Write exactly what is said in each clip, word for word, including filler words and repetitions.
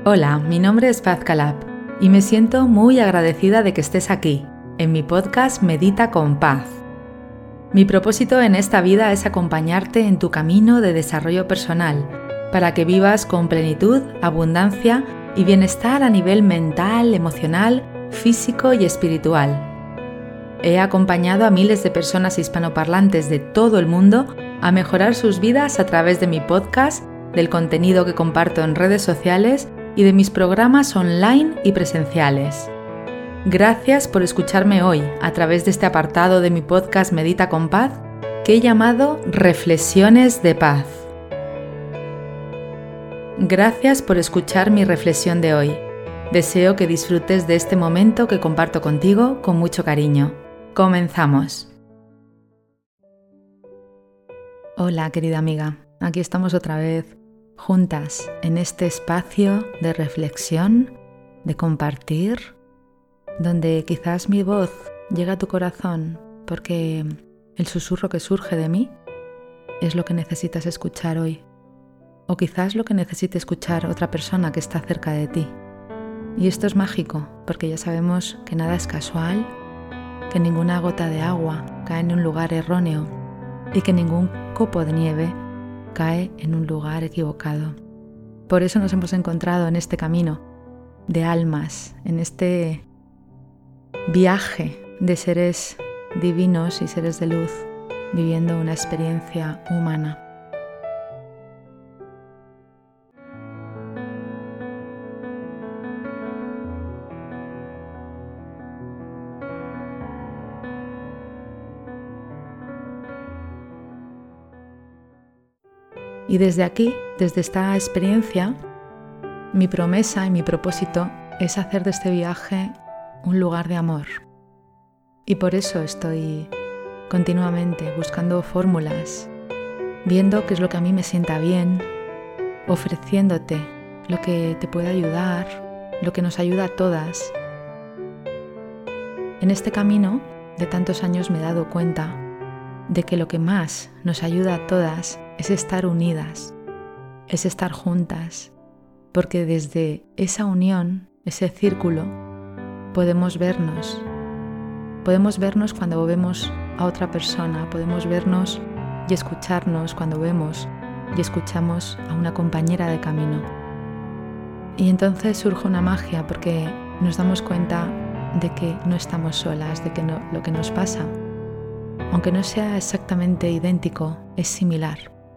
Hola, mi nombre es Paz Calab y me siento muy agradecida de que estés aquí, en mi podcast Medita con Paz. Mi propósito en esta vida es acompañarte en tu camino de desarrollo personal, para que vivas con plenitud, abundancia y bienestar a nivel mental, emocional, físico y espiritual. He acompañado a miles de personas hispanoparlantes de todo el mundo a mejorar sus vidas a través de mi podcast, del contenido que comparto en redes sociales y de mis programas online y presenciales. Gracias por escucharme hoy a través de este apartado de mi podcast Medita con Paz que he llamado Reflexiones de Paz. Gracias por escuchar mi reflexión de hoy. Deseo que disfrutes de este momento que comparto contigo con mucho cariño. Comenzamos. Hola, querida amiga. Aquí estamos otra vez, juntas en este espacio de reflexión, de compartir, donde quizás mi voz llega a tu corazón porque el susurro que surge de mí es lo que necesitas escuchar hoy, o quizás lo que necesite escuchar otra persona que está cerca de ti. Y esto es mágico porque ya sabemos que nada es casual, que ninguna gota de agua cae en un lugar erróneo y que ningún copo de nieve cae en un lugar equivocado. Por eso nos hemos encontrado en este camino de almas, en este viaje de seres divinos y seres de luz, viviendo una experiencia humana. Y desde aquí, desde esta experiencia, mi promesa y mi propósito es hacer de este viaje un lugar de amor. Y por eso estoy continuamente buscando fórmulas, viendo qué es lo que a mí me sienta bien, ofreciéndote lo que te puede ayudar, lo que nos ayuda a todas. En este camino de tantos años me he dado cuenta de que lo que más nos ayuda a todas es estar unidas, es estar juntas, porque desde esa unión, ese círculo, podemos vernos. Podemos vernos cuando vemos a otra persona, podemos vernos y escucharnos cuando vemos y escuchamos a una compañera de camino. Y entonces surge una magia porque nos damos cuenta de que no estamos solas, de que no, lo que nos pasa, aunque no sea exactamente idéntico, es similar.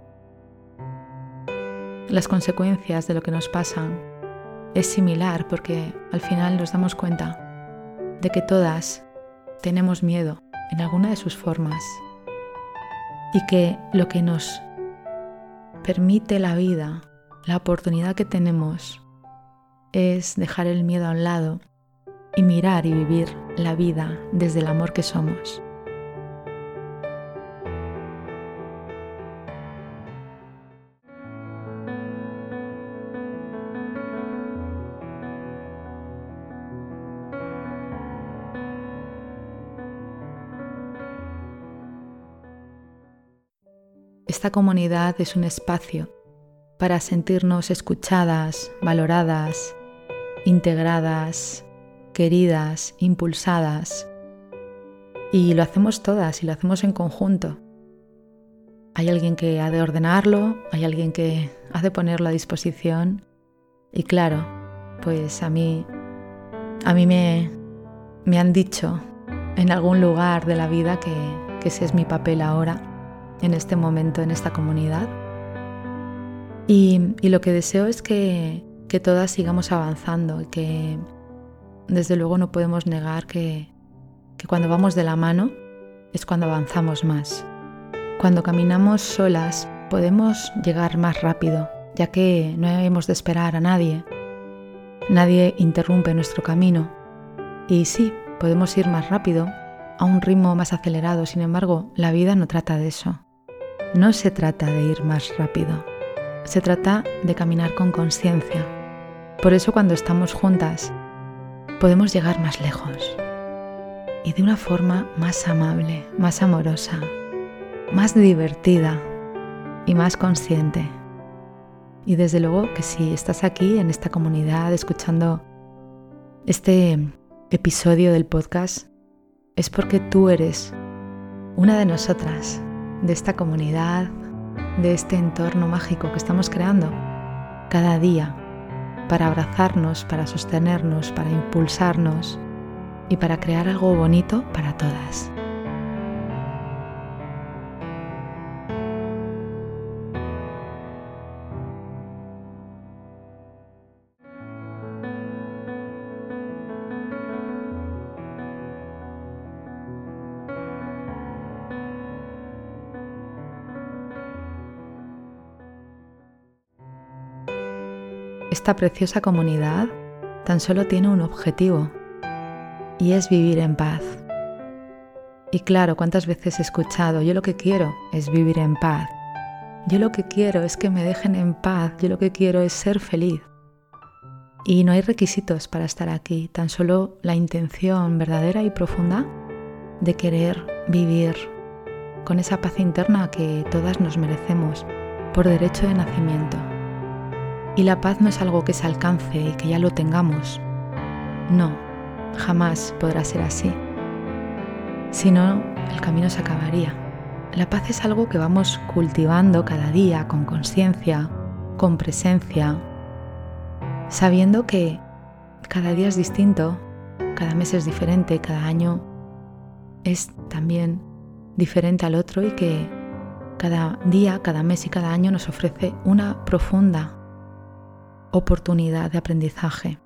Las consecuencias de lo que nos pasa es similar porque al final nos damos cuenta de que todas tenemos miedo en alguna de sus formas y que lo que nos permite la vida, la oportunidad que tenemos, es dejar el miedo a un lado y mirar y vivir la vida desde el amor que somos. Esta comunidad es un espacio para sentirnos escuchadas, valoradas, integradas, queridas, impulsadas. Y lo hacemos todas y lo hacemos en conjunto. Hay alguien que ha de ordenarlo, hay alguien que ha de ponerlo a disposición. Y claro, pues a mí, a mí me, me han dicho en algún lugar de la vida que, que ese es mi papel ahora, en este momento, en esta comunidad. Y, y lo que deseo es que, que todas sigamos avanzando y que desde luego no podemos negar que, que cuando vamos de la mano es cuando avanzamos más. Cuando caminamos solas podemos llegar más rápido, ya que no hemos de esperar a nadie. Nadie interrumpe nuestro camino. Y sí, podemos ir más rápido, a un ritmo más acelerado. Sin embargo, la vida no trata de eso. No se trata de ir más rápido. Se trata de caminar con conciencia. Por eso cuando estamos juntas podemos llegar más lejos y de una forma más amable, más amorosa, más divertida y más consciente. Y desde luego que si estás aquí en esta comunidad escuchando este episodio del podcast, es porque tú eres una de nosotras, de esta comunidad, de este entorno mágico que estamos creando cada día para abrazarnos, para sostenernos, para impulsarnos y para crear algo bonito para todas. Esta preciosa comunidad tan solo tiene un objetivo y es vivir en paz. Y claro, ¿cuántas veces he escuchado? Yo lo que quiero es vivir en paz. Yo lo que quiero es que me dejen en paz. Yo lo que quiero es ser feliz. Y no hay requisitos para estar aquí, tan solo la intención verdadera y profunda de querer vivir con esa paz interna que todas nos merecemos por derecho de nacimiento. Y la paz no es algo que se alcance y que ya lo tengamos. No, jamás podrá ser así. Si no, el camino se acabaría. La paz es algo que vamos cultivando cada día con conciencia, con presencia, sabiendo que cada día es distinto, cada mes es diferente, cada año es también diferente al otro y que cada día, cada mes y cada año nos ofrece una profunda oportunidad de aprendizaje.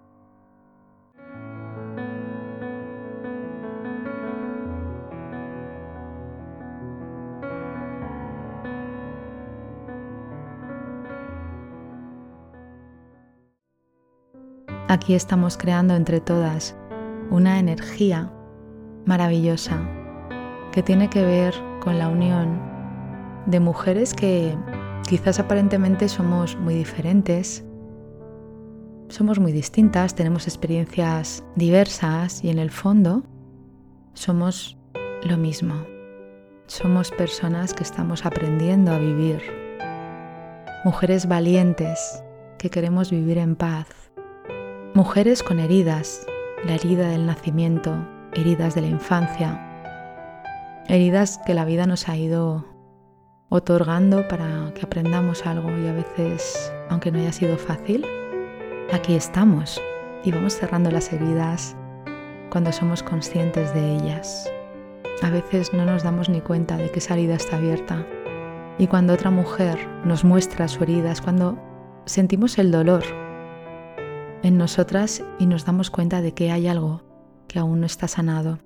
Aquí estamos creando entre todas una energía maravillosa que tiene que ver con la unión de mujeres que quizás aparentemente somos muy diferentes, somos muy distintas, tenemos experiencias diversas y en el fondo somos lo mismo. Somos personas que estamos aprendiendo a vivir. Mujeres valientes que queremos vivir en paz. Mujeres con heridas, la herida del nacimiento, heridas de la infancia, heridas que la vida nos ha ido otorgando para que aprendamos algo y a veces, aunque no haya sido fácil, aquí estamos y vamos cerrando las heridas cuando somos conscientes de ellas. A veces no nos damos ni cuenta de que esa herida está abierta y cuando otra mujer nos muestra su herida es cuando sentimos el dolor en nosotras y nos damos cuenta de que hay algo que aún no está sanado.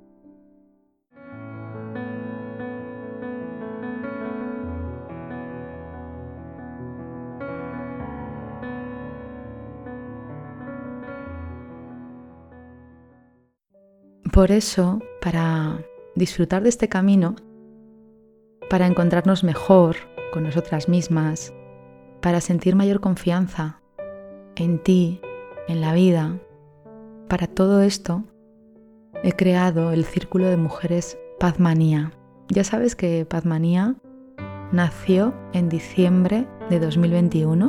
Por eso, para disfrutar de este camino, para encontrarnos mejor con nosotras mismas, para sentir mayor confianza en ti, en la vida, para todo esto he creado el Círculo de Mujeres Pazmanía. Ya sabes que Pazmanía nació en diciembre de dos mil veintiuno,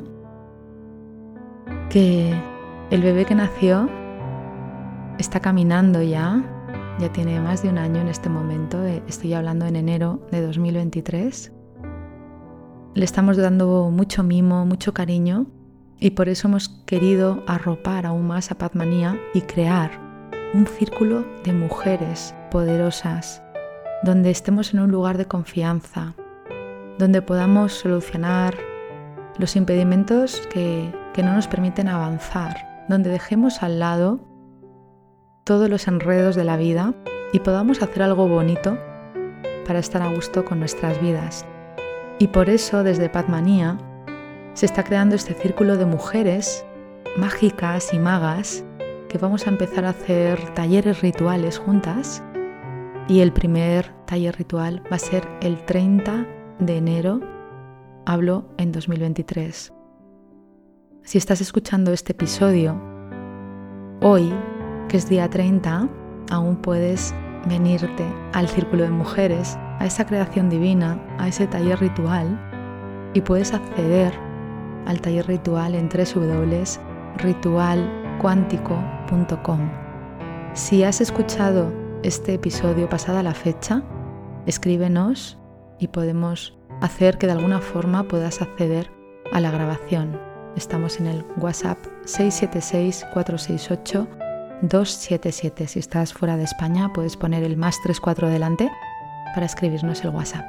que el bebé que nació está caminando ya, ya tiene más de un año en este momento, estoy hablando en enero de dos mil veintitrés. Le estamos dando mucho mimo, mucho cariño y por eso hemos querido arropar aún más a Pazmanía y crear un círculo de mujeres poderosas donde estemos en un lugar de confianza, donde podamos solucionar los impedimentos que, que no nos permiten avanzar, donde dejemos al lado todos los enredos de la vida y podamos hacer algo bonito para estar a gusto con nuestras vidas. Y por eso desde Pazmanía se está creando este círculo de mujeres mágicas y magas que vamos a empezar a hacer talleres rituales juntas y el primer taller ritual va a ser el treinta de enero, hablo en dos mil veintitrés. Si estás escuchando este episodio hoy, que es día treinta, aún puedes venirte al Círculo de Mujeres, a esa creación divina, a ese taller ritual y puedes acceder al taller ritual en doble u doble u doble u punto ritual cuántico punto com. Si has escuchado este episodio pasada la fecha, escríbenos y podemos hacer que de alguna forma puedas acceder a la grabación. Estamos en el WhatsApp seis siete seis, cuatro seis ocho, dos siete siete. Si estás fuera de España, puedes poner el más tres cuatro delante para escribirnos el WhatsApp.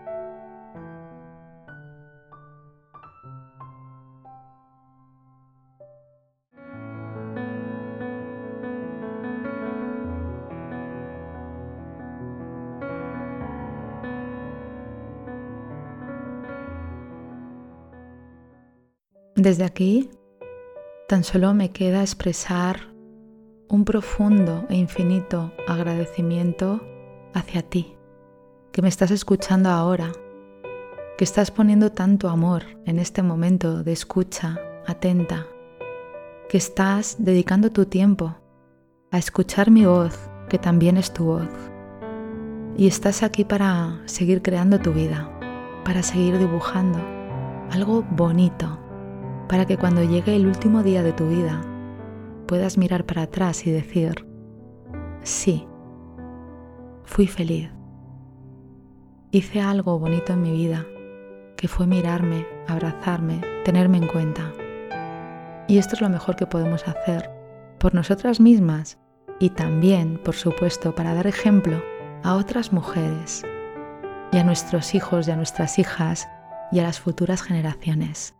Desde aquí, tan solo me queda expresar un profundo e infinito agradecimiento hacia ti, que me estás escuchando ahora, que estás poniendo tanto amor en este momento de escucha atenta, que estás dedicando tu tiempo a escuchar mi voz, que también es tu voz, y estás aquí para seguir creando tu vida, para seguir dibujando algo bonito, para que cuando llegue el último día de tu vida puedas mirar para atrás y decir, sí, fui feliz, hice algo bonito en mi vida, que fue mirarme, abrazarme, tenerme en cuenta. Y esto es lo mejor que podemos hacer por nosotras mismas y también, por supuesto, para dar ejemplo a otras mujeres y a nuestros hijos y a nuestras hijas y a las futuras generaciones.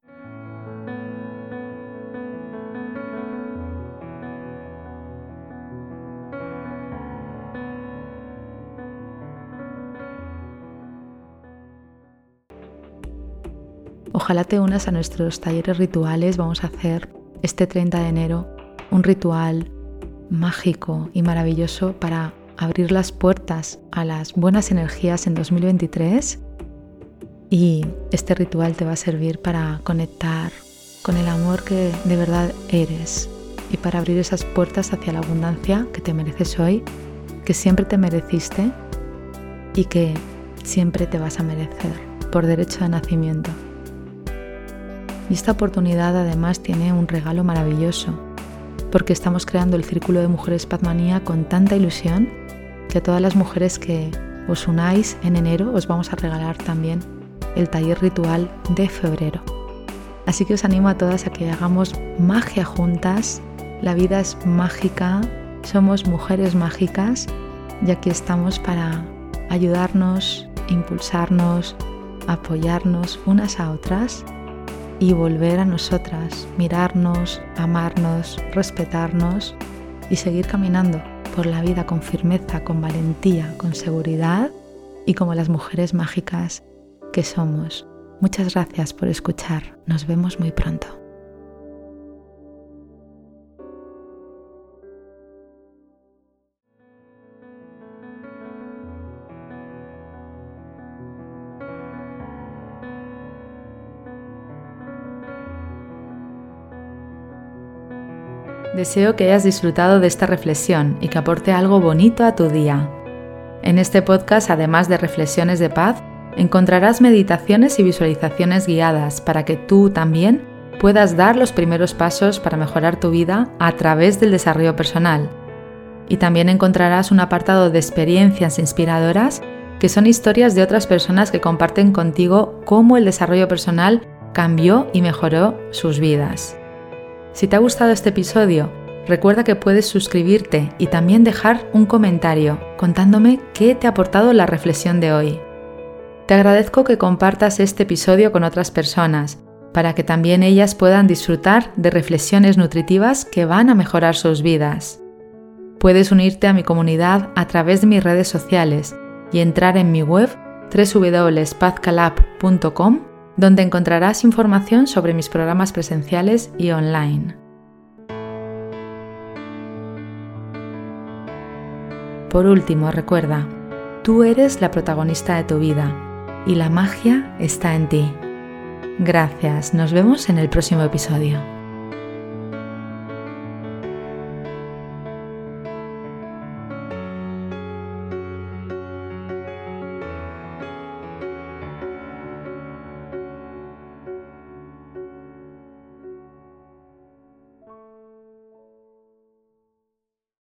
Ojalá te unas a nuestros talleres rituales. Vamos a hacer este treinta de enero un ritual mágico y maravilloso para abrir las puertas a las buenas energías en dos mil veintitrés, y este ritual te va a servir para conectar con el amor que de verdad eres y para abrir esas puertas hacia la abundancia que te mereces hoy, que siempre te mereciste y que siempre te vas a merecer por derecho de nacimiento. Y esta oportunidad además tiene un regalo maravilloso, porque estamos creando el Círculo de Mujeres Pazmanía con tanta ilusión que a todas las mujeres que os unáis en enero os vamos a regalar también el taller ritual de febrero. Así que os animo a todas a que hagamos magia juntas. La vida es mágica, somos mujeres mágicas y aquí estamos para ayudarnos, impulsarnos, apoyarnos unas a otras y volver a nosotras, mirarnos, amarnos, respetarnos y seguir caminando por la vida con firmeza, con valentía, con seguridad y como las mujeres mágicas que somos. Muchas gracias por escuchar. Nos vemos muy pronto. Deseo que hayas disfrutado de esta reflexión y que aporte algo bonito a tu día. En este podcast, además de reflexiones de paz, encontrarás meditaciones y visualizaciones guiadas para que tú también puedas dar los primeros pasos para mejorar tu vida a través del desarrollo personal. Y también encontrarás un apartado de experiencias inspiradoras que son historias de otras personas que comparten contigo cómo el desarrollo personal cambió y mejoró sus vidas. Si te ha gustado este episodio, recuerda que puedes suscribirte y también dejar un comentario contándome qué te ha aportado la reflexión de hoy. Te agradezco que compartas este episodio con otras personas para que también ellas puedan disfrutar de reflexiones nutritivas que van a mejorar sus vidas. Puedes unirte a mi comunidad a través de mis redes sociales y entrar en mi web doble u doble u doble u punto pazcalab punto com, donde encontrarás información sobre mis programas presenciales y online. Por último, recuerda, tú eres la protagonista de tu vida y la magia está en ti. Gracias, nos vemos en el próximo episodio.